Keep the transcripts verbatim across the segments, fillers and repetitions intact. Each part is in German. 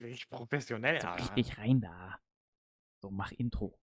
Richtig professionell, So Alter. richtig rein da. So, mach Intro.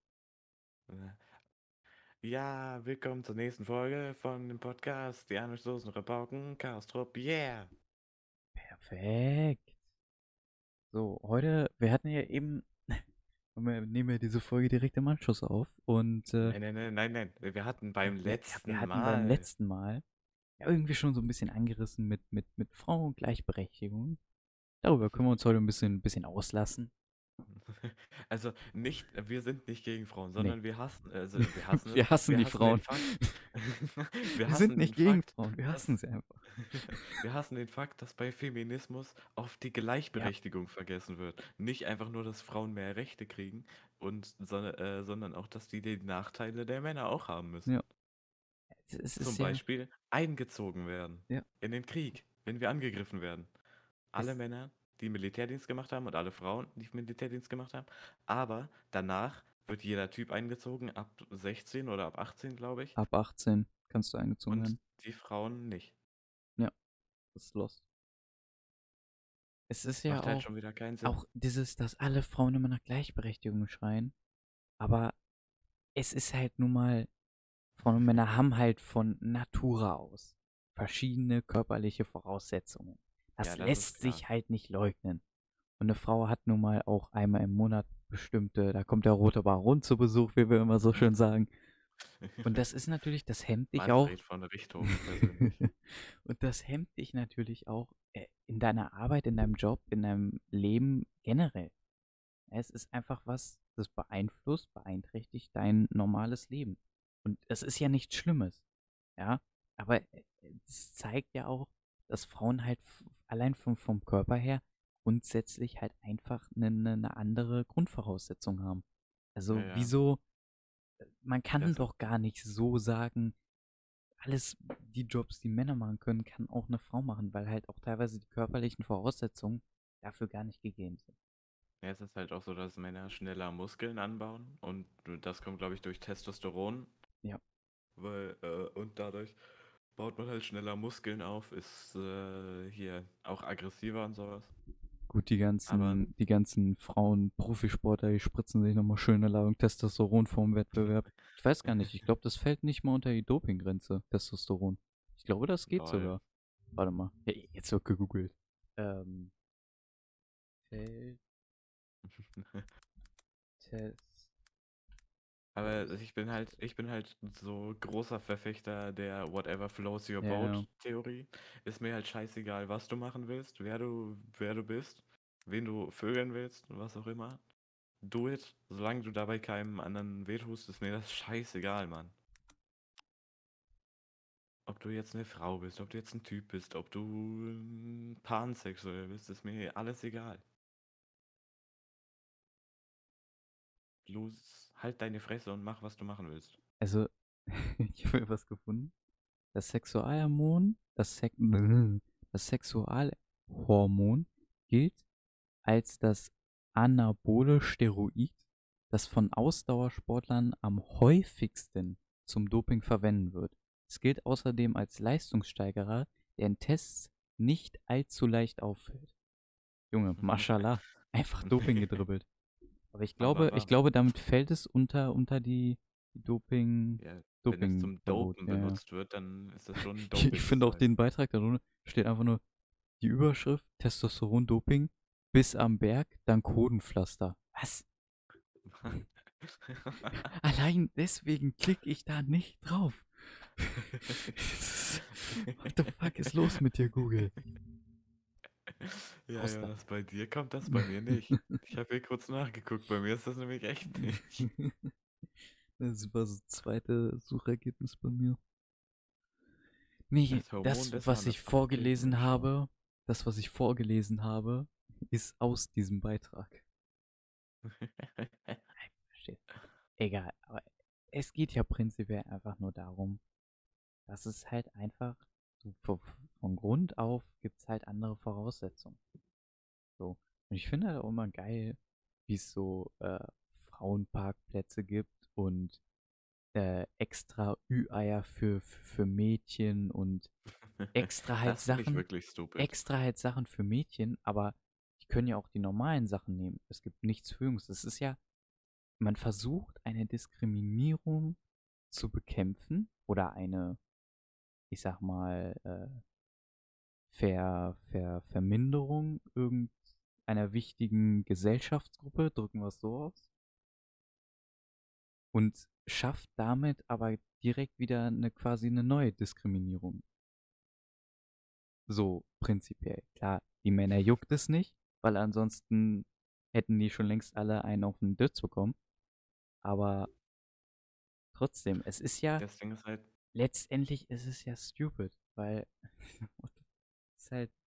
Ja, willkommen zur nächsten Folge von dem Podcast Janusz Soßen Rabauken, Chaostrupp, yeah! Perfekt. So, heute, wir hatten ja eben, wir nehmen ja diese Folge direkt im Anschluss auf und äh, Nein, nein, nein, nein, nein. Wir hatten beim wir, ja, wir letzten hatten beim Mal. letzten Mal ja irgendwie schon so ein bisschen angerissen mit, mit, mit Frau und Gleichberechtigung. Darüber können wir uns heute ein bisschen, ein bisschen auslassen. Also nicht, wir sind nicht gegen Frauen, Nee, sondern wir hassen, also wir hassen es, wir hassen wir die hassen den Frauen. Fakt, wir Wir sind hassen den nicht gegen Fakt, Frauen, wir hassen dass, sie einfach. wir hassen den Fakt, dass bei Feminismus oft die Ja, Gleichberechtigung vergessen wird. Nicht einfach nur, dass Frauen mehr Rechte kriegen, und, sondern, äh, sondern auch, dass die die Nachteile der Männer auch haben müssen. ja. Es, es Zum ist ja, Beispiel eingezogen werden ja, in den Krieg, wenn wir angegriffen werden. Alle es, Männer, die Militärdienst gemacht haben und alle Frauen, die Militärdienst gemacht haben. Aber danach wird jeder Typ eingezogen, ab sechzehn oder ab achtzehn, glaube ich. ab achtzehn kannst du eingezogen Und werden. die Frauen nicht. Ja, das ist los. Es ist Das ja macht halt auch, schon wieder keinen Sinn. auch dieses, dass alle Frauen immer nach Gleichberechtigung schreien. Aber es ist halt nun mal, Frauen und Männer haben halt von Natura aus verschiedene körperliche Voraussetzungen. Ja, Das das ist lässt klar. sich halt nicht leugnen. Und eine Frau hat nun mal auch einmal im Monat bestimmte, da kommt der rote Baron zu Besuch, wie wir immer so schön sagen. Und das ist natürlich, das hemmt dich auch. Manfred von Richthofen persönlich. Und das hemmt dich natürlich auch äh, in deiner Arbeit, in deinem Job, in deinem Leben generell. Es ist einfach was, das beeinflusst, beeinträchtigt dein normales Leben. Und es ist ja nichts Schlimmes, ja. Aber äh, es zeigt ja auch, dass Frauen halt f- allein vom, vom Körper her grundsätzlich halt einfach eine, eine eine andere Grundvoraussetzung haben. Ja, Also ja. wieso, man kann Das ist, doch gar nicht so sagen, alles, die Jobs, die Männer machen können, kann auch eine Frau machen, weil halt auch teilweise die körperlichen Voraussetzungen dafür gar nicht gegeben sind. ja, es ist halt auch so, dass Männer schneller Muskeln anbauen. Und das kommt, glaube ich, durch Testosteron. Ja. Weil, äh, und dadurch baut man halt schneller Muskeln auf, ist äh, hier auch aggressiver und sowas. Gut, die Aber ganzen, die ganzen Frauen, Profisportler, die spritzen sich nochmal schön eine Ladung Testosteron vorm Wettbewerb. Ich weiß gar nicht, ich glaube, das fällt nicht mal unter die Dopinggrenze, Testosteron. Ich glaube, das geht lol. sogar. Warte mal. Ja, jetzt wird gegoogelt. Ähm, fällt Test. Aber ich bin halt, ich bin halt so großer Verfechter der Whatever flows your Ja, ja. boat Theorie. Ist mir halt scheißegal, was du machen willst, wer du, wer du bist, wen du vögeln willst, was auch immer. Do it, solange du dabei keinem anderen wehtust, ist mir das scheißegal, Mann. Ob du jetzt eine Frau bist, ob du jetzt ein Typ bist, ob du ähm, pansexuell bist, ist mir alles egal. Los, halt deine Fresse und mach, was du machen willst. Also, ich habe hier was gefunden. Das Sexualhormon, das, Sex das Sexualhormon gilt als das anabole Steroid, das von Ausdauersportlern am häufigsten zum Doping verwendet wird. Es gilt außerdem als Leistungssteigerer, der in Tests nicht allzu leicht auffällt. Junge, Mashallah, einfach Doping gedribbelt. Aber ich glaube, ich Aber glaube, damit fällt es unter, unter die, die Doping, ja, wenn es zum Dopingverbot. Dopen Ja, ja. benutzt wird, dann ist das schon Ich, ich finde auch Doping-Style. den Beitrag darunter steht einfach nur die Überschrift Testosteron-Doping bis am Berg, dank Hodenpflaster. Was? Allein deswegen klicke ich da nicht drauf. What the fuck ist los mit dir, Google? Ja, Raus da. Jonas, bei dir kommt das, bei mir nicht. Ich habe hier kurz nachgeguckt, bei mir ist das nämlich echt nicht. Das war das zweite Suchergebnis bei mir. Nee, Das Hormon das, des was ich Mannes. Okay, mal vorgelesen schauen. habe, das, was ich vorgelesen habe, ist aus diesem Beitrag. Nein, verstehe. Egal, aber es geht ja prinzipiell einfach nur darum, dass es halt einfach, so von, von Grund auf gibt es halt andere Voraussetzungen. So. Und ich finde halt auch immer geil, wie es so äh, Frauenparkplätze gibt und äh, extra Ü-Eier für, für, für Mädchen und extra halt Das finde ich Sachen, wirklich stupid. extra halt Sachen für Mädchen, aber können ja auch die normalen Sachen nehmen. Es gibt nichts für Jungs. Es ist ja, man versucht eine Diskriminierung zu bekämpfen oder eine, ich sag mal, äh, Ver, Ver, Verminderung irgendeiner wichtigen Gesellschaftsgruppe, drücken wir es so aus, und schafft damit aber direkt wieder eine quasi eine neue Diskriminierung. So prinzipiell. Klar, die Männer juckt es nicht, weil ansonsten hätten die schon längst alle einen auf den Dütz bekommen. Aber trotzdem, es ist ja, Das Ding ist halt, letztendlich ist es ja stupid, weil es ist halt,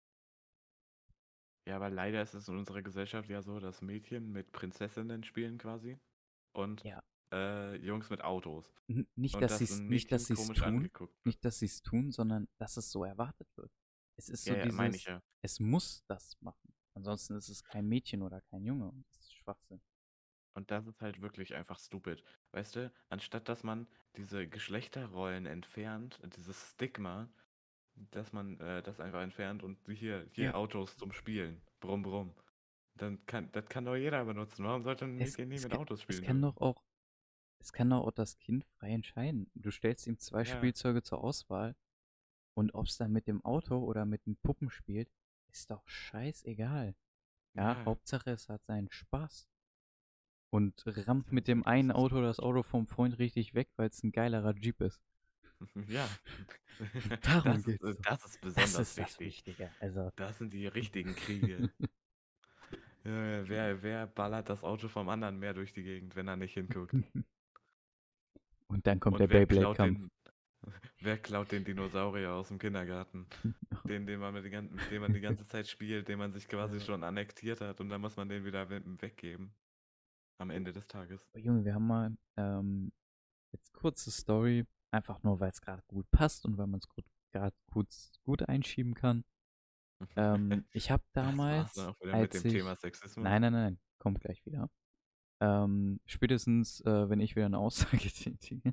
ja, aber leider ist es in unserer Gesellschaft ja so, dass Mädchen mit Prinzessinnen spielen quasi und ja, äh, Jungs mit Autos. n- nicht, Und dass sie dass es, ein nicht, dass Mädchen sie es komisch tun, angeguckt wird. nicht, dass sie es tun, sondern dass es so erwartet wird. Es ist so Ja, ja, meine ich dieses, ja. es muss das machen. Ansonsten ist es kein Mädchen oder kein Junge und das ist Schwachsinn. Und das ist halt wirklich einfach stupid. Weißt du, anstatt dass man diese Geschlechterrollen entfernt, dieses Stigma, dass man äh, das einfach entfernt und hier, Ja, hier Autos zum Spielen. Brumm, brumm. Dann kann, das kann doch jeder benutzen. Warum sollte ein es, Mädchen nie es, mit kann, Autos es spielen kann doch dürfen? auch, es kann doch auch das Kind frei entscheiden. Du stellst ihm zwei Ja, Spielzeuge zur Auswahl und ob es dann mit dem Auto oder mit den Puppen spielt, ist doch scheißegal. Ja, ja, Hauptsache es hat seinen Spaß. Und rammt das mit ist dem wirklich einen so Auto das stupid. Auto vom Freund richtig weg, weil es ein geilerer Jeep ist. Ja, Darum das ist, geht's äh, doch. das ist Das besonders ist das wichtig. Wichtige. Also. Das sind die richtigen Kriege. Ja, wer, wer ballert das Auto vom anderen mehr durch die Gegend, wenn er nicht hinguckt? Und dann kommt der Und wer klaut Beyblade-Kampf. den, wer klaut den Dinosaurier aus dem Kindergarten? Den, den man mit, den gan- mit dem man die ganze Zeit spielt, den man sich quasi Ja. schon annektiert hat und dann muss man den wieder we- weggeben. Am Ende des Tages. Oh, Junge, wir haben mal ähm, jetzt kurze Story, einfach nur, weil es gerade gut passt und weil man es gerade kurz gut einschieben kann. Ähm, ich habe Das war's dann damals, auch wieder mit als dem Thema ich, Sexismus. nein, nein, nein, kommt gleich wieder. Ähm, spätestens, äh, wenn ich wieder eine Aussage tätige.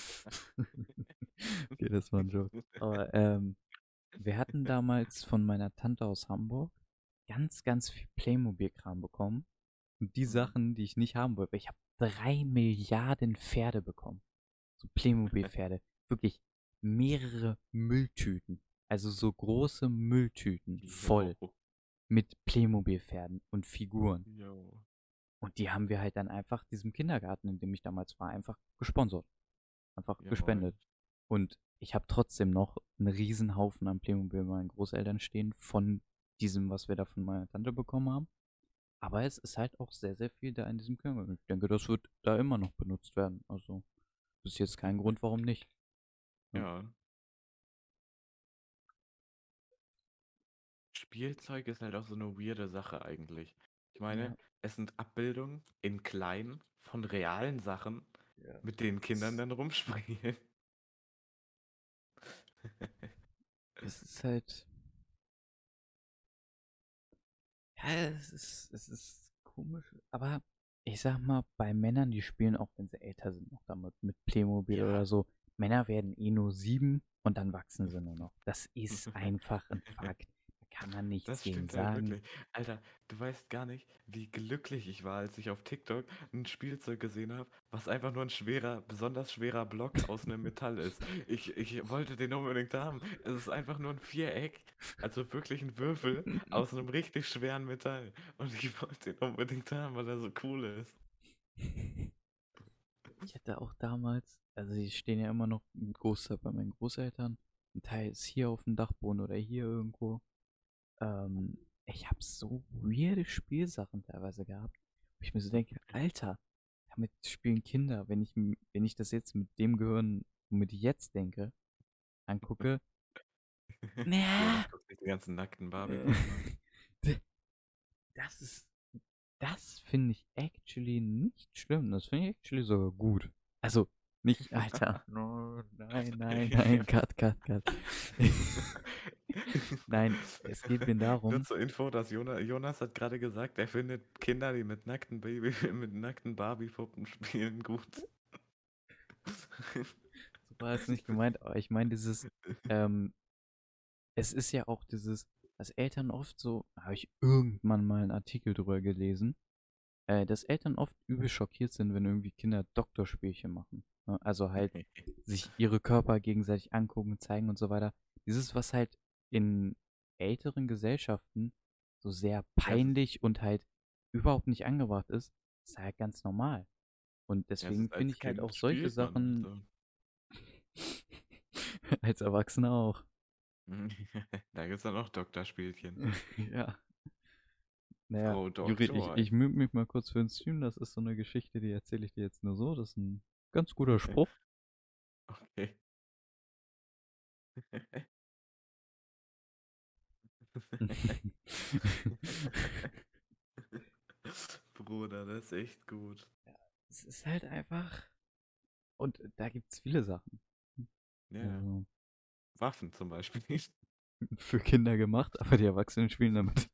Okay, das war ein Joke. Aber ähm, wir hatten damals von meiner Tante aus Hamburg ganz, ganz viel Playmobil-Kram bekommen. Und die Mhm. Sachen, die ich nicht haben wollte, ich habe drei Milliarden Pferde bekommen. So Playmobil-Pferde. Wirklich mehrere Mülltüten. Also so große Mülltüten voll Jo, mit Playmobil-Pferden und Figuren. jo, Und die haben wir halt dann einfach diesem Kindergarten, in dem ich damals war, einfach gesponsert. Einfach jawohl. gespendet. Und ich habe trotzdem noch einen riesen Haufen an Playmobil bei meinen Großeltern stehen von diesem, was wir da von meiner Tante bekommen haben. Aber es ist halt auch sehr, sehr viel da in diesem Kindergarten. Ich denke, das wird da immer noch benutzt werden. Also, das ist jetzt kein Grund, warum nicht. Ja. Ja. Spielzeug ist halt auch so eine weirde Sache eigentlich. Ich meine, Ja. es sind Abbildungen in klein von realen Sachen, Ja. mit denen Kindern Es, dann rumspielen. es ist halt, ja, es ist, es ist komisch. Aber ich sag mal, bei Männern, die spielen auch, wenn sie älter sind, noch damit mit Playmobil oder Ja. so. Männer werden eh nur sieben und dann wachsen sie nur noch. Das ist einfach ein Fakt. Da kann man nichts Das gegen stimmt halt sagen. wirklich. Alter, du weißt gar nicht, wie glücklich ich war, als ich auf TikTok ein Spielzeug gesehen habe, was einfach nur ein schwerer, besonders schwerer Block aus einem Metall ist. Ich, ich wollte den unbedingt haben. Es ist einfach nur ein Viereck, also wirklich ein Würfel aus einem richtig schweren Metall. Und ich wollte den unbedingt haben, weil er so cool ist. Ich hatte auch damals, also die stehen ja immer noch ein Großteil bei meinen Großeltern. Ein Teil ist hier auf dem Dachboden oder hier irgendwo. Ähm, ich habe so weirde Spielsachen teilweise gehabt, wo ich mir so denke, Alter, damit spielen Kinder. Wenn ich, m- wenn ich das jetzt mit dem Gehirn, womit ich jetzt denke, angucke, Jonas na, guckt sich die ganzen nackten äh, Barbie-Puppen an. das ist, das finde ich actually nicht schlimm. Das finde ich actually sogar gut. Also, nicht, Alter. No, nein, nein, nein, cut, cut, cut. Nein, es geht mir Nur darum, zur Info, dass Jonas, Jonas hat gerade gesagt, er findet Kinder, die mit nackten Baby, mit nackten Barbie-Puppen spielen, gut. so war es nicht gemeint, aber ich meine dieses, ähm, es ist ja auch dieses, dass Eltern oft so, da habe ich irgendwann mal einen Artikel drüber gelesen, äh, dass Eltern oft übel schockiert sind, wenn irgendwie Kinder Doktorspielchen machen. Ne? Also halt sich ihre Körper gegenseitig angucken, zeigen und so weiter. Dieses, was halt in älteren Gesellschaften so sehr Ja, es ist, peinlich und halt überhaupt nicht angebracht ist, ist halt ganz normal. Und ja, es deswegen ist finde als ich halt auch Kind solche spielt man Sachen so. als Erwachsener auch. Da gibt es dann auch Doktorspielchen. Ja. Naja, Frau Juri, ich, Doktor. ich mute mich mal kurz für den Stream. Das ist so eine Geschichte, die erzähle ich dir jetzt nur so. Das ist ein ganz guter Spruch. Okay. Bruder, das ist echt gut. Es ist halt einfach. Und da gibt es viele Sachen. Ja, ja. Also, Waffen zum Beispiel. für Kinder gemacht, aber die Erwachsenen spielen damit.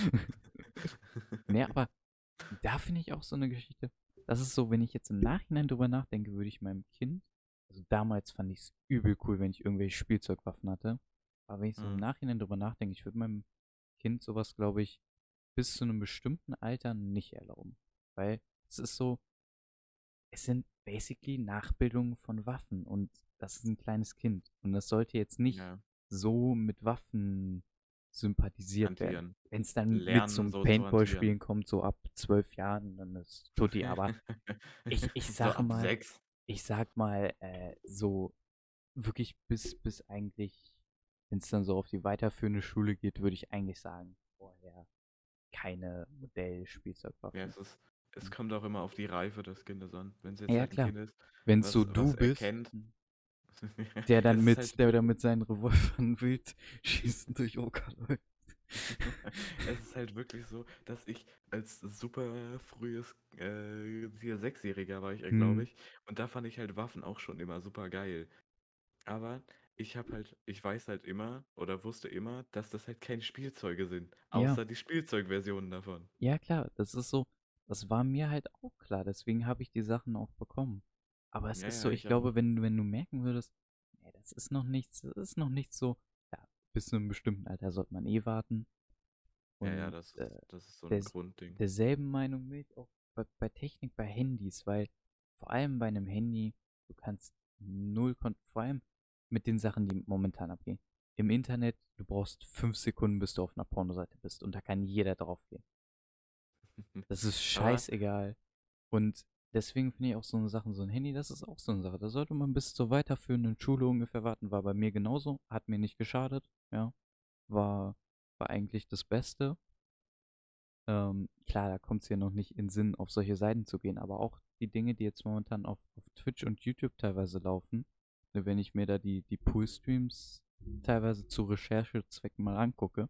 Nee, aber da finde ich auch so eine Geschichte. Das ist so, wenn ich jetzt im Nachhinein drüber nachdenke, würde ich meinem Kind, also damals fand ich es übel cool, wenn ich irgendwelche Spielzeugwaffen hatte. Aber wenn ich so im Hm. Nachhinein drüber nachdenke, ich würde meinem Kind sowas, glaube ich, bis zu einem bestimmten Alter nicht erlauben. Weil es ist so, es sind basically Nachbildungen von Waffen und das ist ein kleines Kind. Und das sollte jetzt nicht Ja, so mit Waffen sympathisiert werden. hantieren. Wenn es dann mit Lernen zum so zu hantieren. Paintball-Spielen kommt, so ab zwölf Jahren, dann ist Tutti. Aber ich, ich So sage ab mal, sechs. ich sag mal, äh, so wirklich bis, bis eigentlich, wenn es dann so auf die weiterführende Schule geht, würde ich eigentlich sagen, vorher keine Ja, Modell-Spielzeugwaffen. es ist, es kommt auch immer auf die Reife des Kindes an. Wenn es jetzt Ja, halt ein klar. Kind ist, Wenn es so was, du was bist, erkennt, der dann es ist halt, mit, der dann mit seinen Revolvern wild schießen durch Oka läuft. es ist halt wirklich so, dass ich als super frühes, äh, hier Sechsjähriger war ich, Hm, glaube ich, und da fand ich halt Waffen auch schon immer super geil. Aber ich habe halt, ich weiß halt immer oder wusste immer, dass das halt keine Spielzeuge sind, ja, außer die Spielzeugversionen davon. ja klar, das ist so, das war mir halt auch klar, deswegen habe ich die Sachen auch bekommen. Aber es Ja, ist so, ja, ich ich auch. glaube, wenn, wenn du merken würdest, nee, das ist noch nichts, das ist noch nicht so, ja, bis zu einem bestimmten Alter sollte man eh warten. Ja, ja, Und das ist, äh, das ist so ein des, Grundding. derselben Meinung bin ich auch bei, bei Technik, bei Handys, weil vor allem bei einem Handy, du kannst null, kon vor allem mit den Sachen, die momentan abgehen. Im Internet, du brauchst fünf Sekunden, bis du auf einer Pornoseite bist und da kann jeder draufgehen. Das ist Aber scheißegal. Und deswegen finde ich auch so eine Sache, so ein Handy, das ist auch so eine Sache. Da sollte man bis zur weiterführenden Schule ungefähr warten. War bei mir genauso, hat mir nicht geschadet, ja. War, war eigentlich das Beste. Ähm, klar, da kommt es ja noch nicht in Sinn, auf solche Seiten zu gehen, aber auch die Dinge, die jetzt momentan auf, auf Twitch und YouTube teilweise laufen, ne, wenn ich mir da die, die Poolstreams teilweise zu Recherchezwecken mal angucke,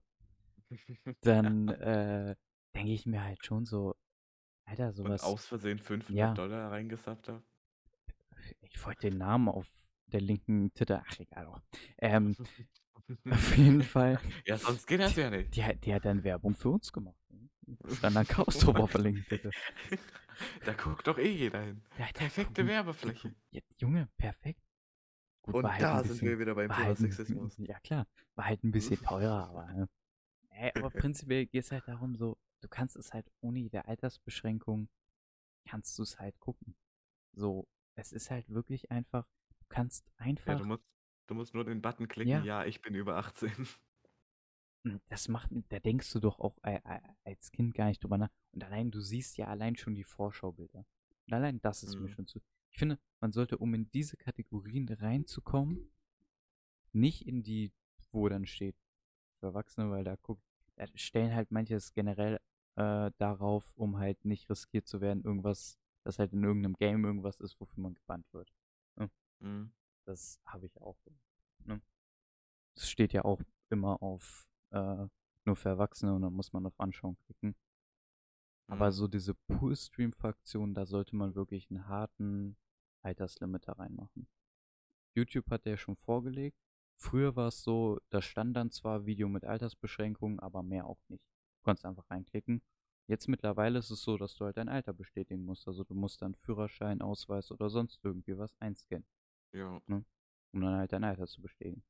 dann äh, denke ich mir halt schon so, Alter, und sowas, aus Versehen fünfhundert ja, Dollar reingesappt habe. ich wollte den Namen auf der linken Titel, ach egal auch. Ähm, auf jeden Fall, Ja, sonst geht das die, ja nicht. die, hat- die hat dann Werbung für uns gemacht. Stand dann Chaos drauf auf der linken Titel. Da guckt doch eh jeder hin. Ja, da Perfekte gucken die Werbefläche. gucken, ja, Junge, perfekt. Gut, war Und halt ein da sind bisschen, wir wieder beim war Thema halt ein, Sexismus. ja klar, war halt ein bisschen teurer, aber, ne? Ey, aber prinzipiell geht es halt darum, so, du kannst es halt ohne jede Altersbeschränkung, kannst du es halt gucken. So, es ist halt wirklich einfach, du kannst Ja, du einfach, musst, du musst nur den Button klicken, ja, ja, ich bin über achtzehn. hm, das macht, da denkst du doch auch äh, äh, als Kind gar nicht drüber nach. Und allein, du siehst ja allein schon die Vorschaubilder. Und allein das ist mir Mhm. schon zu. Ich finde, man sollte, um in diese Kategorien reinzukommen, nicht in die, wo dann steht, für Erwachsene, weil da guckt, da stellen halt manche es generell äh, darauf, um halt nicht riskiert zu werden, irgendwas, dass halt in irgendeinem Game irgendwas ist, wofür man gebannt wird. Ne? Mhm. Das habe ich auch. Ne? Das steht ja auch immer auf äh, nur für Erwachsene und dann muss man auf Anschauen klicken. Aber Mhm. so diese Poolstream-Fraktion, da sollte man wirklich einen harten Alterslimit da reinmachen. YouTube hat der schon vorgelegt. Früher war es so, da stand dann zwar Video mit Altersbeschränkungen, aber mehr auch nicht. Du kannst einfach reinklicken. Jetzt mittlerweile ist es so, dass du halt dein Alter bestätigen musst. Also du musst dann Führerschein, Ausweis oder sonst irgendwie was einscannen, Ja. ne? Um dann halt dein Alter zu bestätigen.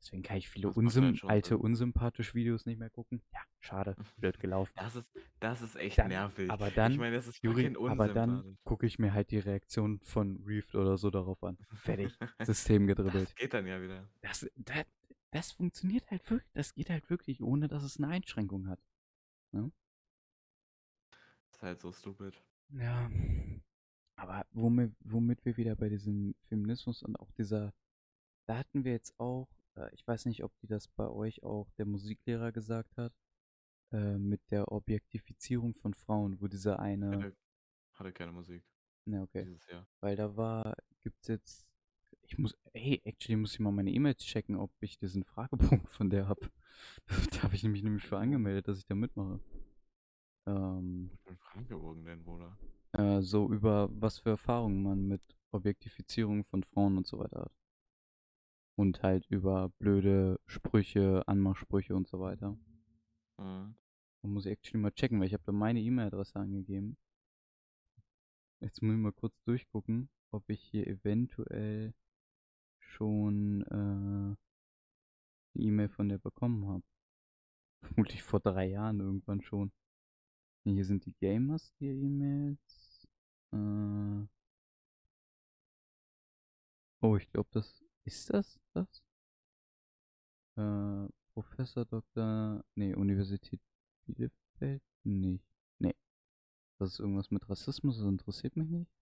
Deswegen kann ich viele Das macht halt unsym schon alte Sinn. unsympathische Videos nicht mehr gucken. Ja, schade, blöd gelaufen. Das ist, das ist echt Dann, nervig. aber Ich dann, meine, das ist Juri, fucking aber dann unsympathisch. gucke ich mir halt die Reaktion von Reefed oder so darauf an. Fertig. System Das gedribbelt. geht dann ja wieder. Das, das, das funktioniert halt wirklich, das geht halt wirklich, ohne dass es eine Einschränkung hat. Ne? Das ist halt so stupid. Ja. Aber womit, womit wir wieder bei diesem Feminismus und auch dieser, da hatten wir jetzt auch, äh, ich weiß nicht, ob die das bei euch auch der Musiklehrer gesagt hat, äh, mit der Objektifizierung von Frauen, wo dieser eine, Hatte, hatte keine Musik na okay, dieses Jahr. weil da war, gibt's jetzt, ich muss, hey, actually muss ich mal meine E-Mails checken, ob ich diesen Fragebogen von der habe. Da habe ich mich nämlich für Oh, angemeldet, dass ich da mitmache. Ähm, was für ein Fragebogen denn, Bruder? äh, so über was für Erfahrungen man mit Objektifizierung von Frauen und so weiter hat. Und halt über blöde Sprüche, Anmachsprüche und so weiter. Mhm. Da muss ich actually mal checken, weil ich habe da meine E-Mail-Adresse angegeben. Jetzt muss ich mal kurz durchgucken, ob ich hier eventuell schon äh, eine E-Mail von der bekommen habe. Vermutlich vor drei Jahren irgendwann schon. Nee, hier sind die Gamers, die E-Mails. Äh, oh, ich glaube, das ist das, das? Äh, Professor Doktor Nee, Universität Bielefeld? Nicht. Nee. Das ist irgendwas mit Rassismus, das interessiert mich nicht.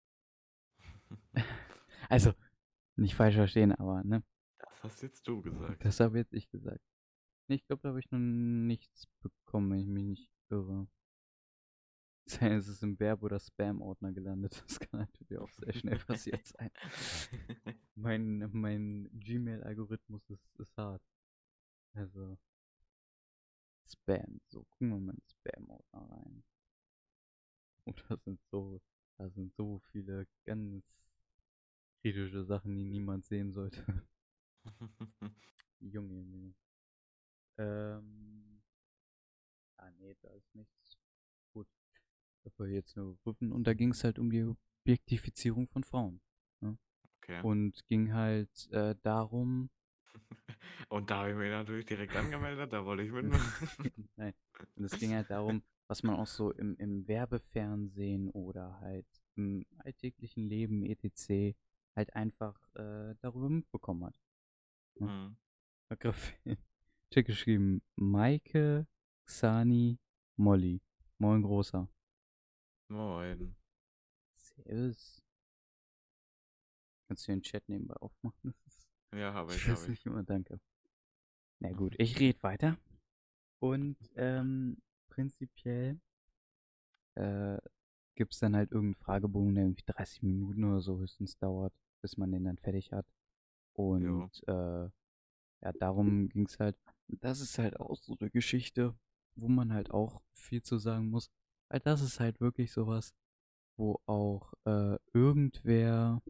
Also, nicht falsch verstehen, aber, ne? Das hast jetzt du gesagt. Das habe jetzt ich gesagt. Nee, ich glaube, da habe ich noch nichts bekommen, wenn ich mich nicht irre. Es ist im Verb- oder Spam-Ordner gelandet. Das kann natürlich auch sehr schnell passiert sein. Mein, mein Gmail-Algorithmus ist, ist hart. Also, Spam. So, gucken wir mal in Spam-Ordner rein. Und da sind so, da sind so viele ganz kritische Sachen, die niemand sehen sollte. Junge, Junge. Ähm, ah nee, da ist nichts. Gut. Das war jetzt nur überprüfen. Und da ging es halt um die Objektifizierung von Frauen. Ne? Okay. Und ging halt äh, darum, Und da habe ich mich natürlich direkt angemeldet, da wollte ich mitmachen. nein, und es ging halt darum, was man auch so im, im Werbefernsehen oder halt im alltäglichen Leben et cetera halt einfach äh, darüber mitbekommen hat. Ne? Mhm. Begriff. Ich hab geschrieben, Maike, Xani, Molly. Moin Großer. Moin. Servus. Kannst du den Chat nebenbei aufmachen? Das ist, Ja, habe ich ich, weiß habe ich. nicht immer, danke. Na gut, ich rede weiter. Und ähm, prinzipiell äh, gibt es dann halt irgendeinen Fragebogen, der irgendwie dreißig Minuten oder so höchstens dauert, bis man den dann fertig hat. Und Jo. äh, ja, darum ging es halt. Das ist halt auch so eine Geschichte, wo man halt auch viel zu sagen muss. Weil das ist halt wirklich sowas, wo auch äh, irgendwer.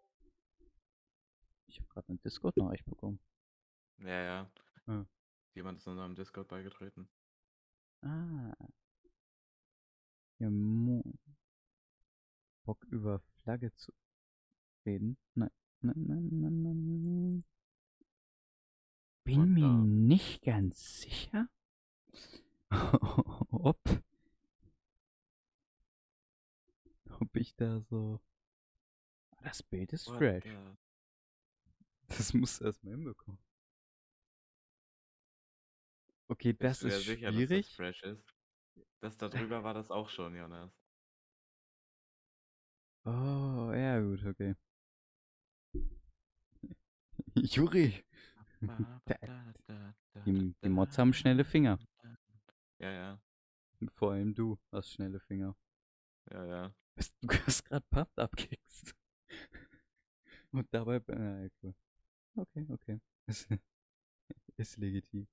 Ich habe gerade eine Discord-Nachricht bekommen. Ja, ja. Ah. Jemand ist unserem Discord beigetreten. Ah, ja, Mo Bock über Flagge zu reden? Nein, nein, nein, nein, nein, nein. What Bin mir the? nicht ganz sicher, ob, ob ich da so. Das Bild ist What fresh. the? Das musst du erstmal hinbekommen. Okay, Bist das du ist dir sicher, dass das schwierig. fresh ist? Das da drüber war das auch schon, Jonas. Oh, ja, gut, okay. Juri, Ba, ba, da, da, da, da, da, die, die da. Mods haben schnelle Finger. Ja, ja. Vor allem du hast schnelle Finger. Ja, ja. Du hast gerade Pumped abkickst. Und dabei. Äh, cool. Okay, okay. Ist, ist legitim.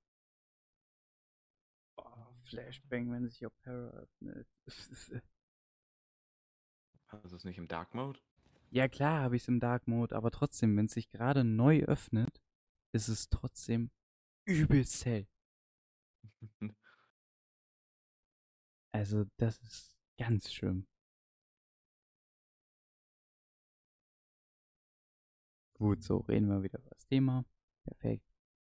Oh, Flashbang, wenn sich Opera öffnet. Hast du es nicht im Dark Mode? Ja, klar habe ich es im Dark Mode, aber trotzdem, wenn es sich gerade neu öffnet, ist es trotzdem übelst hell. Also, das ist ganz schlimm. Gut, so reden wir wieder über das Thema. Perfekt.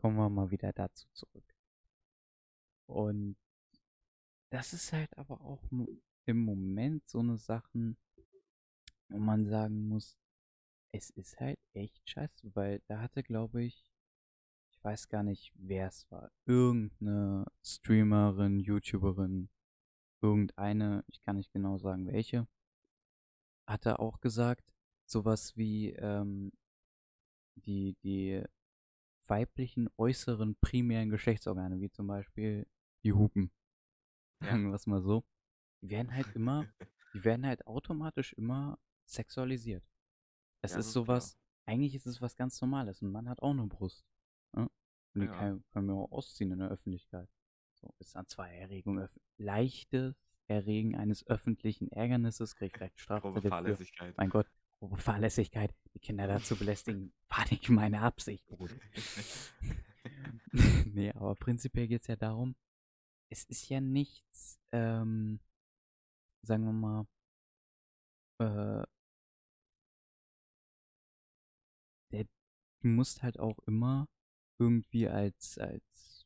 kommen wir mal wieder dazu zurück. Und das ist halt aber auch mo- im Moment so eine Sachen, wo man sagen muss, es ist halt echt scheiße, weil da hatte, glaube ich, ich weiß gar nicht, wer es war, irgendeine Streamerin, YouTuberin, irgendeine, ich kann nicht genau sagen welche, hatte auch gesagt, sowas wie ähm, die, die weiblichen äußeren primären Geschlechtsorgane, wie zum Beispiel die Hupen, Ja. sagen wir es mal so, die werden halt immer, die werden halt automatisch immer sexualisiert. Es Ja, das ist ist klar. sowas, eigentlich ist es was ganz Normales. Ein Mann hat auch eine Brust. Ne? Und die Ja. kann, können wir auch ausziehen in der Öffentlichkeit. So, ist dann zwar Erregung, öff leichtes Erregen eines öffentlichen Ärgernisses, kriegt vielleicht Grobe Strafzettel für. Fahrlässigkeit. Mein Gott, grobe Fahrlässigkeit, die Kinder dazu belästigen, war nicht meine Absicht, Bruder. Nee, aber prinzipiell geht es ja darum, es ist ja nichts, ähm, sagen wir mal, äh, der, du musst halt auch immer irgendwie als, als,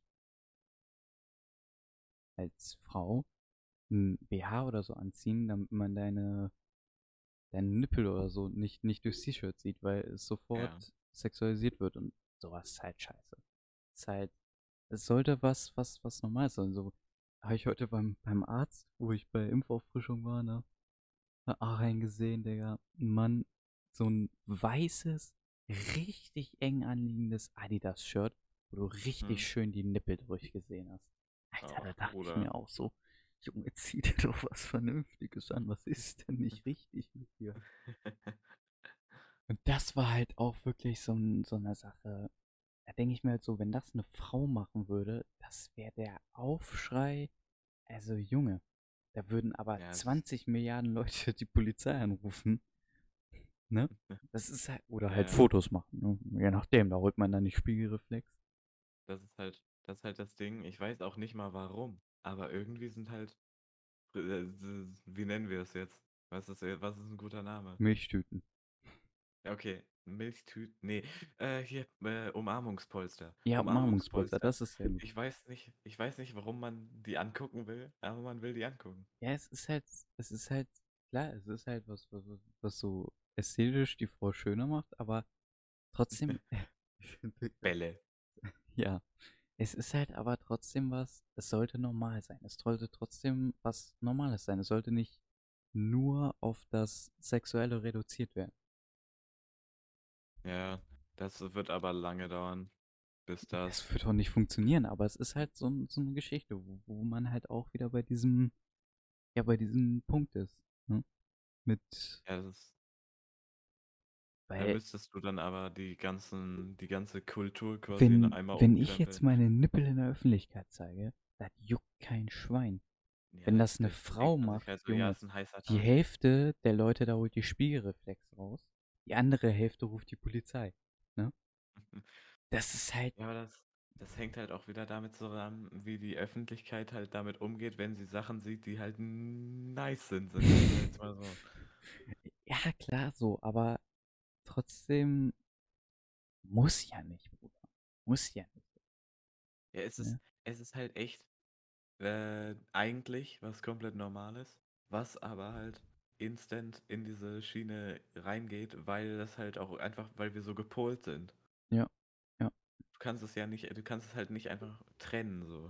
als Frau ein B H oder so anziehen, damit man deine, deine Nippel oder so nicht, nicht durchs T-Shirt sieht, weil es sofort Ja. sexualisiert wird und sowas ist halt scheiße. Es ist halt, es sollte was, was, was Normales sein. So habe ich heute beim, beim Arzt, wo ich bei Impfauffrischung war, ne, auch gesehen, Digga. Ein Mann, so ein weißes, richtig eng anliegendes Adidas-Shirt, wo du richtig Hm. schön die Nippel durchgesehen hast. Alter, da Ach, dachte ich Bruder. mir auch so, Junge, zieh dir doch was Vernünftiges an. Was ist denn nicht richtig mit dir? Und das war halt auch wirklich so, ein, so eine Sache. Da denke ich mir halt so, wenn das eine Frau machen würde, das wäre der Aufschrei. Also Junge, da würden aber Ja, es ist. zwanzig Milliarden Leute die Polizei anrufen, ne? Das ist halt, oder Ja, halt ja. Fotos machen, ne? Je nachdem, da holt man dann die Spiegelreflex. Das ist halt, das ist halt das Ding. Ich weiß auch nicht mal warum. Aber irgendwie sind halt, äh, wie nennen wir es jetzt? Was ist, was ist ein guter Name? Milchtüten. Ja, okay, Milchtüten. Nee, äh, hier, äh, Umarmungspolster. Ja, Umarmungspolster, Umarmungspolster. das ist sehr gut. Ich weiß nicht, ich weiß nicht, warum man die angucken will, aber man will die angucken. Ja, es ist halt, es ist halt, klar, es ist halt was, was, was was so ästhetisch die Frau schöner macht, aber trotzdem, Bälle. ja, es ist halt aber trotzdem was, es sollte normal sein. Es sollte trotzdem was Normales sein. Es sollte nicht nur auf das Sexuelle reduziert werden. Ja, das wird aber lange dauern, bis Es das. wird auch nicht funktionieren, aber es ist halt so, so eine Geschichte, wo, wo man halt auch wieder bei diesem, ja, bei diesem Punkt ist. Ne? Mit, Ja, das ist. Da weil, müsstest du dann aber die ganzen, die ganze Kultur quasi in wenn, einmal wenn ich jetzt umkrempeln. meine Nippel in der Öffentlichkeit zeige, das juckt kein Schwein. Wenn Ja, das die, eine die denkt Frau man sich macht, halt so, ja, Junge, ist ein heißer die Tag. Hälfte der Leute da holt die Spiegelreflex raus, die andere Hälfte ruft die Polizei. Ne? Das ist halt, Ja, aber das, das hängt halt auch wieder damit zusammen, wie die Öffentlichkeit halt damit umgeht, wenn sie Sachen sieht, die halt nice sind, sagen wir jetzt mal so. ja klar so, aber trotzdem muss ja nicht, Bruder. Muss ja nicht. Ja, es ist, Ne? es ist halt echt äh, eigentlich was komplett Normales, was aber halt instant in diese Schiene reingeht, weil das halt auch einfach, weil wir so gepolt sind. Ja, ja. Du kannst es ja nicht, du kannst es halt nicht einfach trennen, so.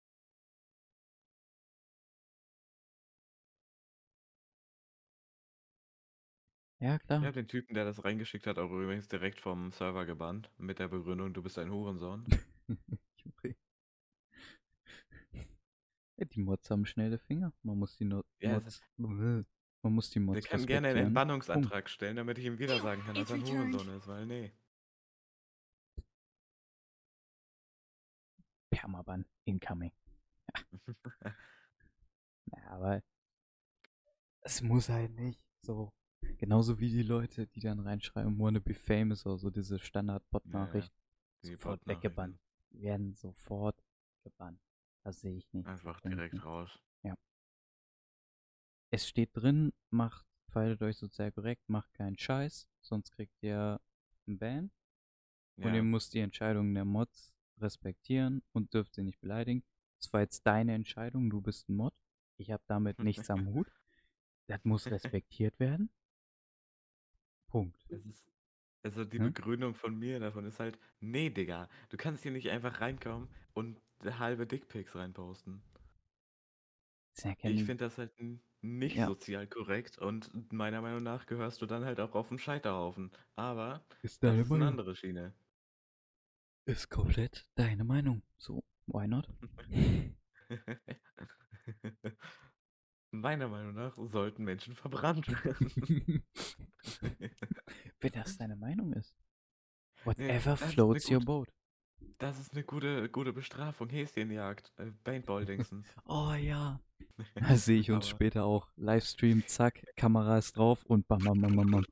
Ja, Ich klar. habe den Typen, der das reingeschickt hat, auch übrigens direkt vom Server gebannt, mit der Begründung, du bist ein Hurensohn. Ja, die Mods haben schnelle Finger. Man muss die No- Ja, es, Mods, man muss die der Mods kann gerne einen respektieren. Punkt. Entbannungsantrag stellen, damit ich ihm wieder sagen kann, dass er ein Hurensohn ist, weil nee. Permaban incoming. Ja, aber es muss halt nicht so. Genauso wie die Leute, die dann reinschreiben, wanna be famous oder so, diese Ja, Standard-Bot-Nachricht, die sofort weggebannt. Bot-Nachrichten. Die werden sofort gebannt. Da sehe ich nichts. Da Einfach bringt direkt nichts. raus. Ja. Es steht drin, macht, verhaltet euch sozial korrekt, macht keinen Scheiß, sonst kriegt ihr einen Ban. Und ihr Ja, müsst die Entscheidungen der Mods respektieren und dürft sie nicht beleidigen. Das war jetzt deine Entscheidung, du bist ein Mod. Ich habe damit nichts am Hut. Das muss respektiert werden. Punkt. Es ist, also die Ne? Begründung von mir davon ist halt, nee, Digga, du kannst hier nicht einfach reinkommen und halbe Dickpics reinposten. Das sind ja Ich keine, finde das halt n- nicht ja, sozial korrekt und meiner Meinung nach gehörst du dann halt auch auf den Scheiterhaufen. Aber ist das deine ist eine Meinung. andere Schiene. Ist komplett deine Meinung. So, why not? Meiner Meinung nach sollten Menschen verbrannt werden. Wenn das deine Meinung ist. Nee, Whatever das ist eine floats your gut, boat. das ist eine gute, gute Bestrafung. Häschenjagd, äh, Paintball-Dingsens. Oh ja. Da sehe ich uns Aber, später auch. Livestream, zack, Kamera ist drauf und bam, bam, bam, bam, bam.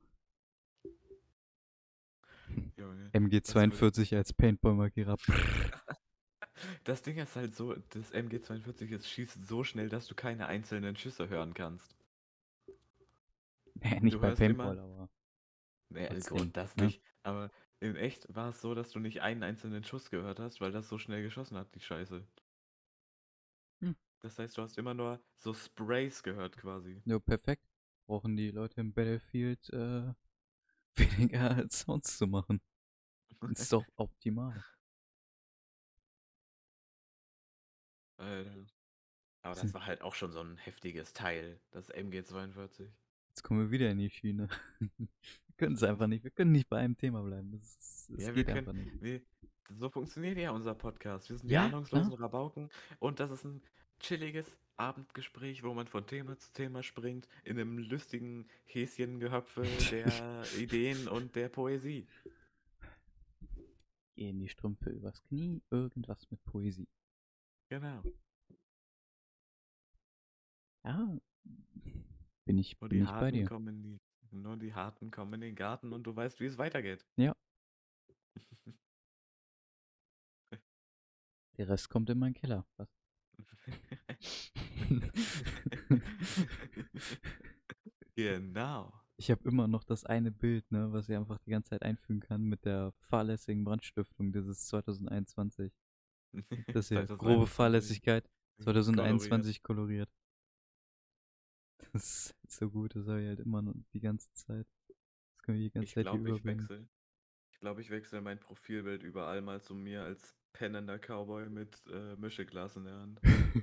Junge, das wird. M G zweiundvierzig als Paintball-Markierer. Das Ding ist halt so, das M G zweiundvierzig ist, schießt so schnell, dass du keine einzelnen Schüsse hören kannst. Nee, nicht Du bei hörst immer, Paintball, aber ne, trotzdem. gut, das Ne? nicht, aber in echt war es so, dass du nicht einen einzelnen Schuss gehört hast, weil das so schnell geschossen hat, die Scheiße. Hm. Das heißt, du hast immer nur so Sprays gehört quasi. Ja, perfekt. Brauchen die Leute im Battlefield äh, weniger Sounds zu machen. Ist doch optimal. Alter. Aber das war halt auch schon so ein heftiges Teil, das M G zweiundvierzig. Jetzt kommen wir wieder in die Schiene. Wir können es einfach nicht. Wir können nicht bei einem Thema bleiben. Es, es Ja, wir geht können, einfach nicht. wir, so funktioniert ja unser Podcast. Wir sind die Ja, klar. ahnungslosen Rabauken und das ist ein chilliges Abendgespräch, wo man von Thema zu Thema springt, in einem lustigen Häschengehöpfe der Ideen und der Poesie. Gehen die Strümpfe übers Knie. Irgendwas mit Poesie. Genau. Ja, bin ich, Nur bin die ich bei Harten dir. kommen in die, nur die Harten kommen in den Garten und du weißt, wie es weitergeht. Ja, der Rest kommt in meinen Keller. Was? Genau. Ich habe immer noch das eine Bild, ne, was ich einfach die ganze Zeit einfügen kann mit der fahrlässigen Brandstiftung dieses zwanzig einundzwanzig. Das hier, grobe zweitausendeinundzwanzig Fahrlässigkeit, koloriert. zwanzig einundzwanzig koloriert. Das ist halt so gut, das habe ich halt immer noch die ganze Zeit. Das können wir die ganze Ich Zeit hier glaube, ich überbringen. wechsle. Ich glaube, ich wechsle mein Profilbild überall mal zu mir als pennender Cowboy mit äh, Mischeglas in der Hand.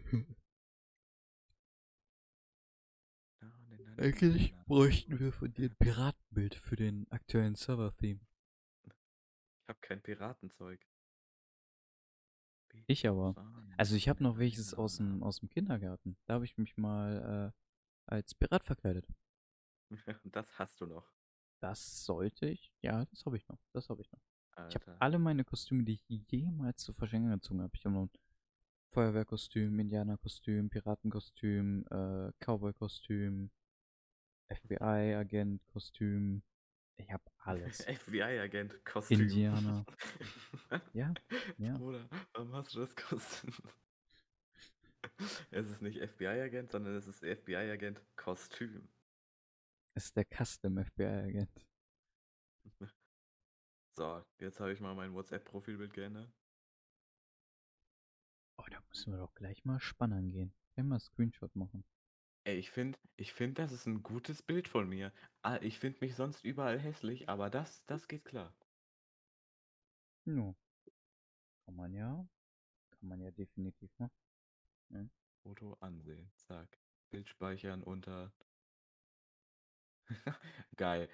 Na, na, na, na, na, Eigentlich na, bräuchten wir von dir ein Piratenbild für den aktuellen Server-Theme. Ich habe kein Piratenzeug. Ich aber. Also ich habe noch welches aus Na. dem, aus dem Kindergarten. Da habe ich mich mal äh, als Pirat verkleidet. Das hast du noch, Das sollte ich. Ja, das habe ich noch. Das habe ich noch. Ich habe Alter. alle meine Kostüme, die ich jemals zu verschenken gezogen habe. Ich habe noch ein Feuerwehrkostüm, Indianerkostüm, Piratenkostüm, äh, Cowboykostüm, F B I-Agent-Kostüm. Ich habe alles. F B I-Agent, Kostüm. Indianer. Ja, ja. Bruder, warum hast du das Kostüm? Es ist nicht F B I-Agent, sondern es ist F B I-Agent Kostüm. Es ist der Custom F B I-Agent. So, jetzt habe ich mal mein WhatsApp-Profilbild geändert. Oh, da müssen wir doch gleich mal spannend gehen. Gleich mal Screenshot machen. Ey, ich finde, ich find, das ist ein gutes Bild von mir. Ah, ich finde mich sonst überall hässlich, aber das, das geht klar. Ja, kann man ja. Kann man ja definitiv machen. Ja. Foto ansehen. Zack. Bild speichern unter. Geil.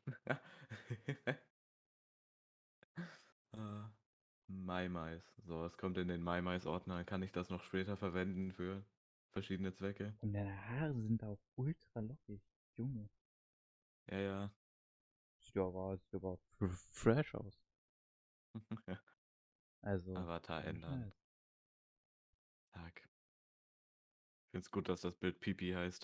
Ah, MyMais. So, es kommt in den MyMais-Ordner. Kann ich das noch später verwenden für verschiedene Zwecke? Und deine Haare sind auch ultra lockig. Junge. Ja, ja. Sieht aber, sieht aber f- fresh aus. Also, Avatar ohne ändern. Scheiß. Zack. Ich finde es gut, dass das Bild Pipi heißt.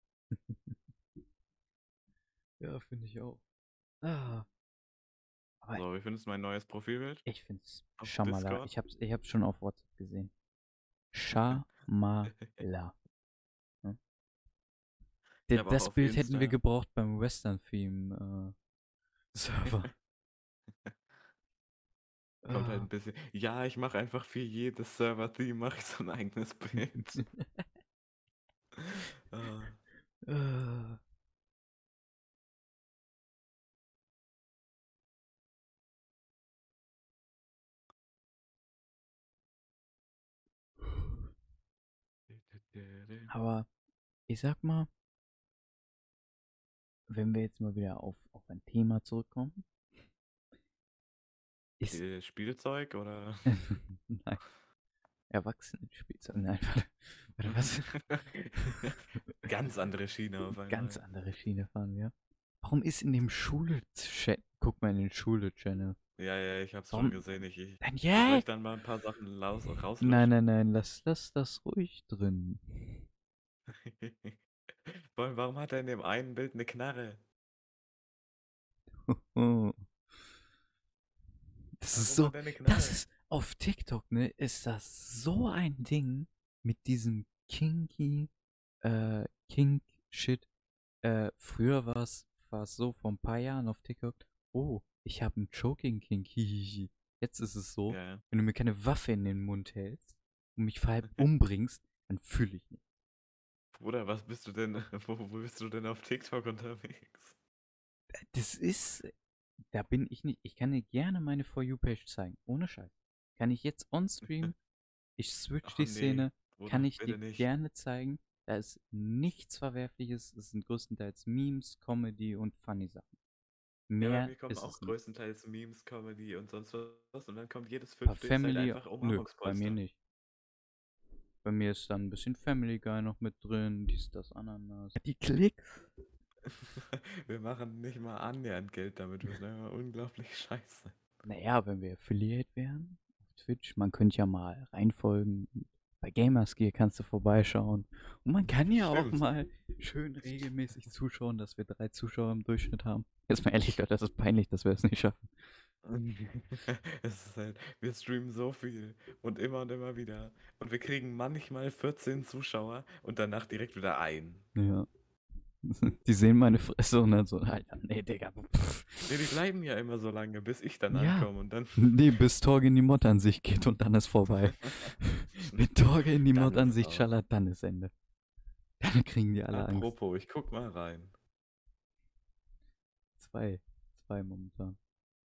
Ja, finde ich auch. Ah, aber So, wie findest du mein neues Profilbild? ich find's Auf Schamala. Discord? Ich hab's, ich hab's schon auf WhatsApp gesehen. Schamala. Ne? Ich D- habe auch Das auf Bild hätten wir Insta. gebraucht beim Western Theme äh, Server. Kommt halt Ah. ein bisschen. Ja, ich mache einfach für jedes Server-Theme mache ich so ein eigenes Bild. Ah. Ah. Aber ich sag mal, wenn wir jetzt mal wieder auf, auf ein Thema zurückkommen, ist. Äh, Spielzeug oder? Nein, Erwachsenenspielzeug. Nein, warte, warte, was? Ganz andere Schiene auf Ganz einmal. andere Schiene fahren wir. Warum ist in dem Schule-Chat, guck mal in den Schule-Channel. Ja, ja, ich hab's schon Warum? gesehen. Ich, ich, Nein, soll ja? ich dann mal ein paar Sachen laus, Nein, rauslöschen? nein, nein, lass, lass das ruhig drin. Warum warum hat er in dem einen Bild eine Knarre? Das ist Warum so, hat er eine das Knarre? ist, auf TikTok, ne, ist das so ein Ding mit diesem kinky, äh, Kink-Shit. Äh, früher war es so, vor ein paar Jahren auf TikTok, oh, ich habe einen Choking-Kink, hihihi. Jetzt ist es so, Ja, ja. wenn du mir keine Waffe in den Mund hältst und mich halb umbringst, dann fühle ich nicht. Bruder, was bist du denn, wo, wo bist du denn auf TikTok unterwegs? Das ist, da bin ich nicht, ich kann dir gerne meine For You-Page zeigen, ohne Scheiß. Kann ich jetzt on-stream, ich switch Oh die nee, Szene, kann Bruder, ich dir bitte nicht. gerne zeigen. Da ist nichts Verwerfliches, es sind größtenteils Memes, Comedy und funny Sachen. Ja, bei Mehr mir kommen ist auch es nicht. größtenteils Memes, Comedy und sonst was. Und dann kommt jedes Paar fünfte ist halt Family, einfach nö, bei mir Umarmungspolster. nicht. Bei mir ist dann ein bisschen Family Guy noch mit drin, dies, das, Ananas. Die Klicks. Wir machen nicht mal annähernd Geld damit. Wir sind einfach unglaublich scheiße. Naja, wenn wir Affiliate wären auf Twitch, man könnte ja mal reinfolgen. Bei Gamersgear kannst du vorbeischauen. Und man kann ja auch Stimmt. mal schön regelmäßig zuschauen, dass wir drei Zuschauer im Durchschnitt haben. Jetzt mal ehrlich, Leute, das ist peinlich, dass wir es nicht schaffen. Es ist halt, wir streamen so viel und immer und immer wieder. Und wir kriegen manchmal vierzehn Zuschauer und danach direkt wieder ein. Ja. Die sehen meine Fresse und dann so, Alter, nee, Digga. Pff. Ne, die bleiben ja immer so lange, bis ich dann Ja. ankomme und dann. Nee, bis Torge in die Mod-Ansicht geht und dann ist vorbei. Wenn Torge in die Dann ist es Mod-Ansicht aus. schallert, dann ist Ende. Dann kriegen die alle Angst. Apropos, ich guck mal rein. Zwei. Zwei momentan.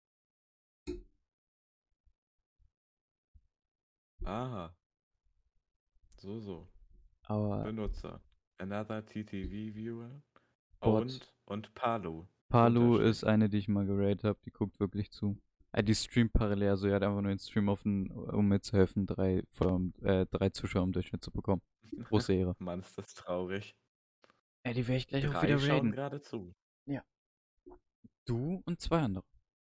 Aha, so, so. Aber Benutzer. Another T T V Viewer. Oh, Bot. und, und Palu. Palu ist Unterstrich. eine, die ich mal geratet habe, die guckt wirklich zu. Ah, die streamt parallel, also er hat einfach nur den Stream offen, um mir zu helfen, drei, Follower- äh, drei Zuschauer im Durchschnitt zu bekommen. Große Ehre. Mann, ist das traurig. Ey, die werde ich gleich auch Drei wieder schauen raiden. gerade zu. Ja. Du und zwei andere.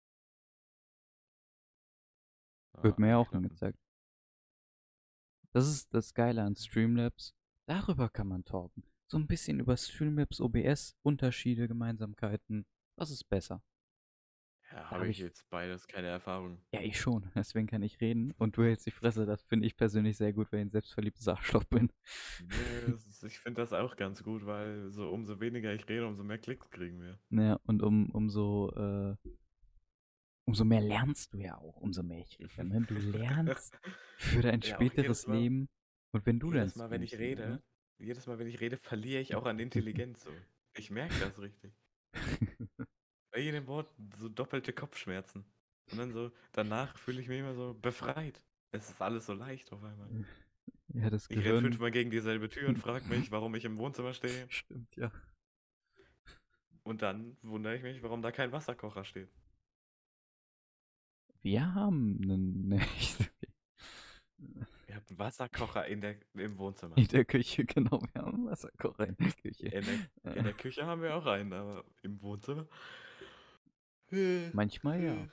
Wird Ah, mir ja auch knapp. angezeigt. Das ist das Geile an Streamlabs. Darüber kann man talken. So ein bisschen über Streamlabs, O B S, Unterschiede, Gemeinsamkeiten. Was ist besser? Ja, Da habe habe ich ich. jetzt beides keine Erfahrung. Ja, ich schon. Deswegen kann ich reden. Und du hältst die Fresse. Das finde ich persönlich sehr gut, weil ich ein selbstverliebtes Arschloch bin. Nee, das ist, ich finde das auch ganz gut, weil so umso weniger ich rede, umso mehr Klicks kriegen wir. Naja, und um, umso, äh, umso mehr lernst du ja auch, umso mehr ich rede. Ne? Du lernst für dein Ja, auch späteres jedes Mal, Leben. Und wenn du dann jedes Mal, wenn ich streamst wieder, ne? rede, jedes Mal, wenn ich rede, verliere ich auch an Intelligenz so. Ich merke das richtig. Bei jedem Wort so doppelte Kopfschmerzen. Und dann so, danach fühle ich mich immer so befreit. Es ist alles so leicht auf einmal. Ja, das Ich renne Gehirn. fünfmal gegen dieselbe Tür und frage mich, warum ich im Wohnzimmer stehe. Stimmt, ja. Und dann wundere ich mich, warum da kein Wasserkocher steht. Wir haben einen. Ne, ich- Ihr habt einen Wasserkocher in der, im Wohnzimmer. in der Küche, genau. Wir haben einen Wasserkocher in der Küche. In der, Äh, in der Küche haben wir auch einen, aber im Wohnzimmer. Manchmal ja.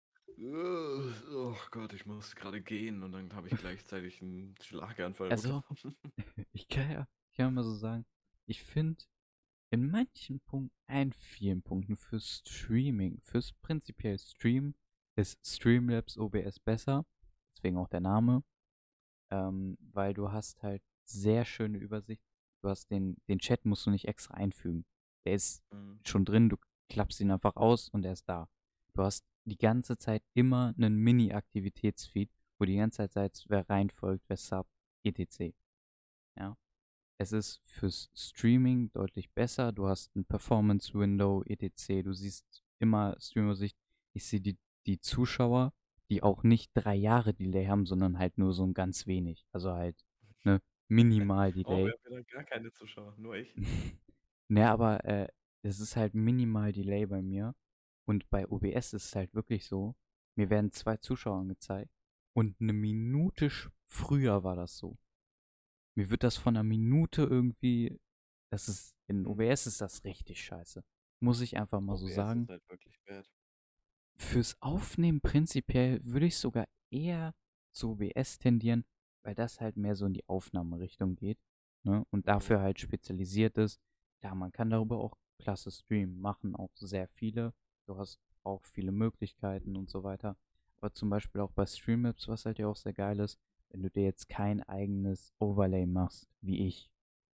Oh Gott, ich muss gerade gehen und dann habe ich gleichzeitig einen Schlaganfall Also, bekommen. ich kann ja, ich kann mal so sagen, ich finde in manchen Punkten, in vielen Punkten für Streaming, fürs prinzipiell Stream, ist Streamlabs O B S besser. Deswegen auch der Name. Ähm, weil du hast halt sehr schöne Übersicht. Du hast den, den Chat musst du nicht extra einfügen. Der ist Mhm. schon drin, du klappst ihn einfach aus und er ist da. Du hast die ganze Zeit immer einen Mini-Aktivitätsfeed, wo die ganze Zeit sagt, wer reinfolgt, wer sub, et cetera. Ja. Es ist fürs Streaming deutlich besser. Du hast ein Performance-Window, et cetera. Du siehst immer Streamer-Sicht. Ich sehe die, die Zuschauer, die auch nicht drei Jahre Delay haben, sondern halt nur so ein ganz wenig. Also halt, ne, minimal Oh, wir Delay. haben wieder gar keine Zuschauer, nur ich. Ne, aber äh, es ist halt minimal Delay bei mir. Und bei O B S ist es halt wirklich so, mir werden zwei Zuschauer angezeigt und eine Minute sch- früher war das so. Mir wird das von einer Minute irgendwie, das ist, in Hm. O B S ist das richtig scheiße. Muss ich einfach mal so O B S ist sagen. halt wirklich bad. Fürs Aufnehmen prinzipiell würde ich sogar eher zu O B S tendieren, weil das halt mehr so in die Aufnahmerichtung geht, ne? Und Mhm. dafür halt spezialisiert ist. Ja, man kann darüber auch klasse streamen, machen auch sehr viele. Du hast auch viele Möglichkeiten und so weiter. Aber zum Beispiel auch bei Streamlabs, was halt ja auch sehr geil ist, wenn du dir jetzt kein eigenes Overlay machst, wie ich.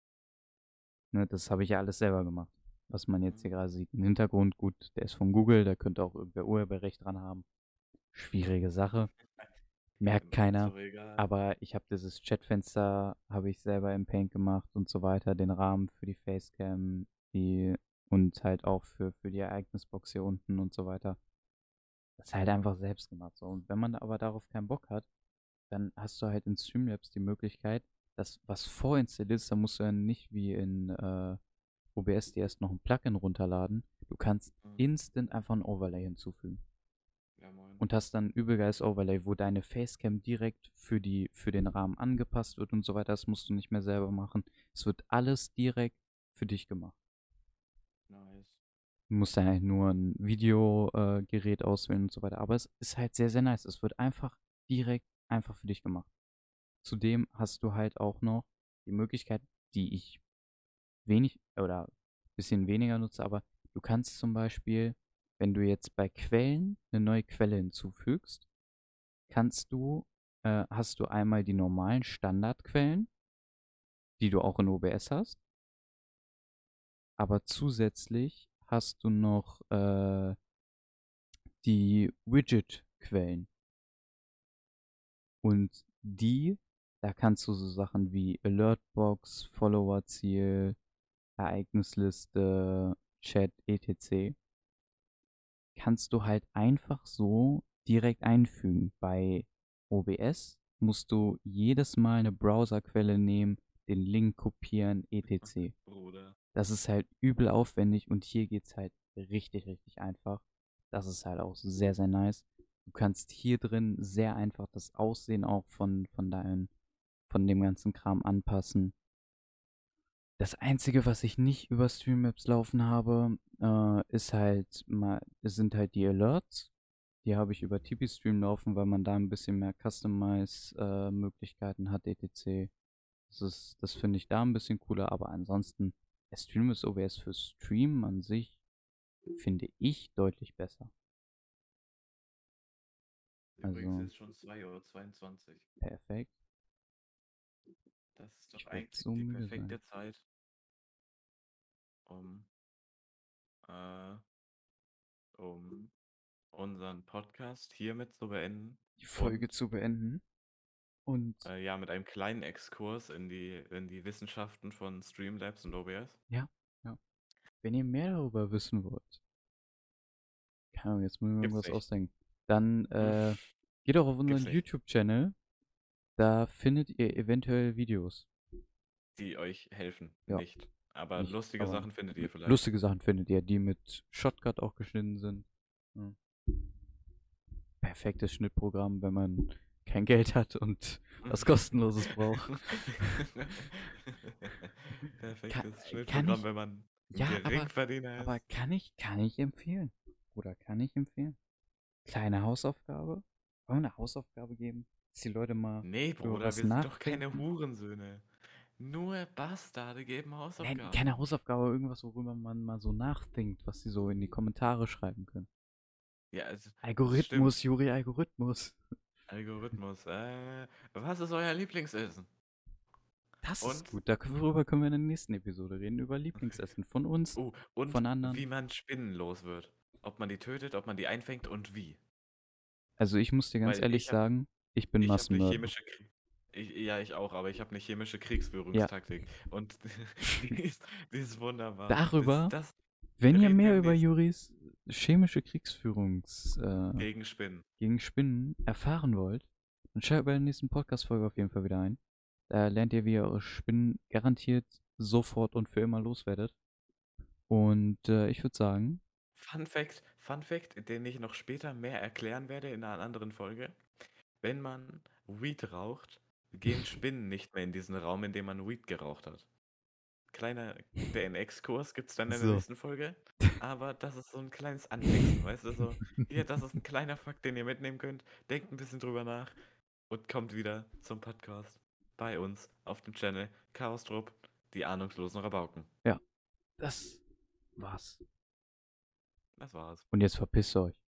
Ne, das habe ich ja alles selber gemacht. Was man jetzt hier Mhm. gerade sieht. Im Hintergrund, gut, der ist von Google, da könnte auch irgendwer Urheberrecht dran haben. Schwierige Sache. Merkt Ist keiner. doch egal. Aber ich habe dieses Chatfenster, habe ich selber im Paint gemacht und so weiter. Den Rahmen für die Facecam, die und halt auch für, für die Ereignisbox hier unten und so weiter. Das ist halt einfach selbst gemacht. So. Und wenn man aber darauf keinen Bock hat, dann hast du halt in Streamlabs die Möglichkeit, das, was vorinstalliert ist, da musst du ja nicht wie in äh, O B S dir erst noch ein Plugin runterladen. Du kannst Mhm. instant einfach ein Overlay hinzufügen. Ja, moin. Und hast dann ein übelgeiles Overlay, wo deine Facecam direkt für, die, für den Rahmen angepasst wird und so weiter. Das musst du nicht mehr selber machen. Es wird alles direkt für dich gemacht. Nice. Du musst dann halt nur ein Videogerät äh, Gerät auswählen und so weiter. Aber es ist halt sehr, sehr nice. Es wird einfach direkt einfach für dich gemacht. Zudem hast du halt auch noch die Möglichkeit, die ich wenig oder ein bisschen weniger nutze, aber du kannst zum Beispiel, wenn du jetzt bei Quellen eine neue Quelle hinzufügst, kannst du, äh, hast du einmal die normalen Standardquellen, die du auch in O B S hast, aber zusätzlich hast du noch äh, die Widget-Quellen. Und die, da kannst du so Sachen wie Alertbox, Follower-Ziel, Ereignisliste, Chat, et cetera kannst du halt einfach so direkt einfügen. Bei O B S musst du jedes Mal eine Browserquelle nehmen, den Link kopieren, et cetera. Bruder. Das ist halt übel aufwendig und hier geht's halt richtig, richtig einfach. Das ist halt auch sehr, sehr nice. Du kannst hier drin sehr einfach das Aussehen auch von, von deinen, von dem ganzen Kram anpassen. Das Einzige, was ich nicht über Streamlabs laufen habe, äh, ist halt mal, sind halt die Alerts. Die habe ich über Tipeee Stream laufen, weil man da ein bisschen mehr Customize-Möglichkeiten hat, et cetera. Das ist, das finde ich da ein bisschen cooler, aber ansonsten, der Stream ist O B S für Stream an sich, finde ich deutlich besser. Übrigens Also, ist schon zwei Uhr zweiundzwanzig. perfekt. Das ist doch Ich werde eigentlich so die müde sein. perfekte Zeit, um, äh, um unseren Podcast hiermit zu beenden Die Folge und zu beenden. Und äh, ja, mit einem kleinen Exkurs in die, in die Wissenschaften von Streamlabs und O B S. ja, ja. Wenn ihr mehr darüber wissen wollt, keine Ahnung, jetzt müssen wir Gibt's irgendwas nicht. ausdenken. Dann äh, geht doch auf Gibt's unseren nicht. YouTube-Channel. Da findet ihr eventuell Videos. Die euch helfen. Ja, Nicht. Aber nicht, lustige aber Sachen findet ihr vielleicht. lustige Sachen findet ihr, die mit Shotcut auch geschnitten sind. Ja. Perfektes Schnittprogramm, wenn man kein Geld hat und was Kostenloses braucht. Kann, Perfektes kann Schnittprogramm, ich, wenn man ein ja, aber, Geringverdiener aber ist. kann ich, kann ich empfehlen. Oder kann ich empfehlen? Kleine Hausaufgabe? Wollen wir eine Hausaufgabe geben, dass die Leute mal Nee, über Bruder, was wir sind doch keine nachdenken? Hurensöhne. Nur Bastarde geben Nein, keine Hausaufgaben. Hausaufgabe, irgendwas, worüber man mal so nachdenkt, was sie so in die Kommentare schreiben können. Ja, also, das Algorithmus, stimmt. Juri, Algorithmus. Algorithmus. Äh, was ist euer Lieblingsessen? Das ist Und, gut. Darüber können wir in der nächsten Episode reden, über Lieblingsessen von uns, oh, und von anderen. wie man Spinnen los wird. ob man die tötet, ob man die einfängt und wie. Also ich muss dir ganz Weil ehrlich ich habe sagen, ich bin ich hab eine Massenmörder. chemische Krie ich, ja, ich auch, aber ich habe eine chemische Ja. Kriegsführungstaktik. Und die ist, die ist wunderbar. Das, Darüber, das wenn ihr reden wir mehr im über nächsten Juris chemische Kriegsführungs äh, gegen Spinnen. gegen Spinnen erfahren wollt, dann schaltet bei der nächsten Podcast-Folge auf jeden Fall wieder ein. Da lernt ihr, wie ihr eure Spinnen garantiert sofort und für immer loswerdet. Und äh, ich würde sagen, Fun Fact, Fun Fact, den ich noch später mehr erklären werde in einer anderen Folge. Wenn man Weed raucht, gehen Spinnen nicht mehr in diesen Raum, in dem man Weed geraucht hat. Kleiner D N X-Kurs gibt es dann in der so. nächsten Folge. Aber das ist so ein kleines Anfixen, weißt du, so, hier, das ist ein kleiner Fakt, den ihr mitnehmen könnt. Denkt ein bisschen drüber nach und kommt wieder zum Podcast bei uns auf dem Channel Chaos Trupp, die ahnungslosen Rabauken. Ja, das war's. Das war's. Und jetzt verpisst euch.